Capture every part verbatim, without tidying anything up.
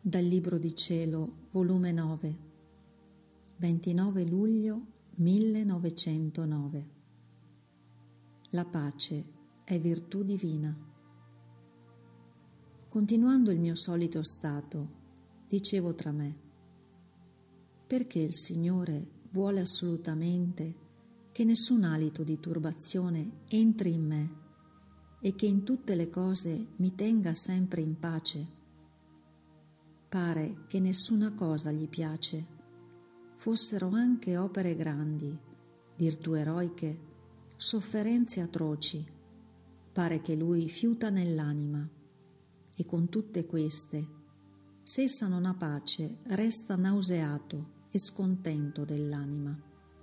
Dal Libro di Cielo, volume nove, ventinove luglio millenovecentonove. La pace è virtù divina. Continuando il mio solito stato, dicevo tra me: perché il Signore vuole assolutamente che nessun alito di turbazione entri in me e che in tutte le cose mi tenga sempre in pace? Pare che nessuna cosa gli piace, fossero anche opere grandi, virtù eroiche, sofferenze atroci. Pare che lui fiuta nell'anima, e con tutte queste, se essa non ha pace, resta nauseato e scontento dell'anima.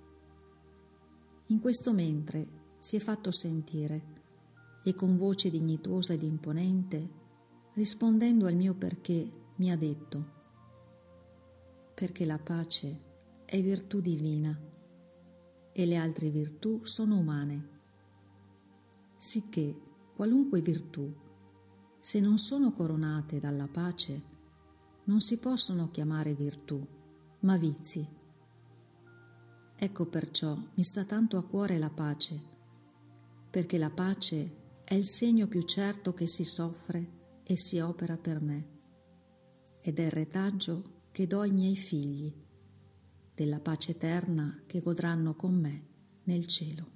In questo mentre si è fatto sentire, e con voce dignitosa ed imponente, rispondendo al mio perché, mi ha detto: perché la pace è virtù divina e le altre virtù sono umane, sicché qualunque virtù, se non sono coronate dalla pace, non si possono chiamare virtù, ma vizi. Ecco perciò mi sta tanto a cuore la pace, perché la pace è il segno più certo che si soffre e si opera per me, ed è il retaggio che do ai miei figli, della pace eterna che godranno con me nel cielo.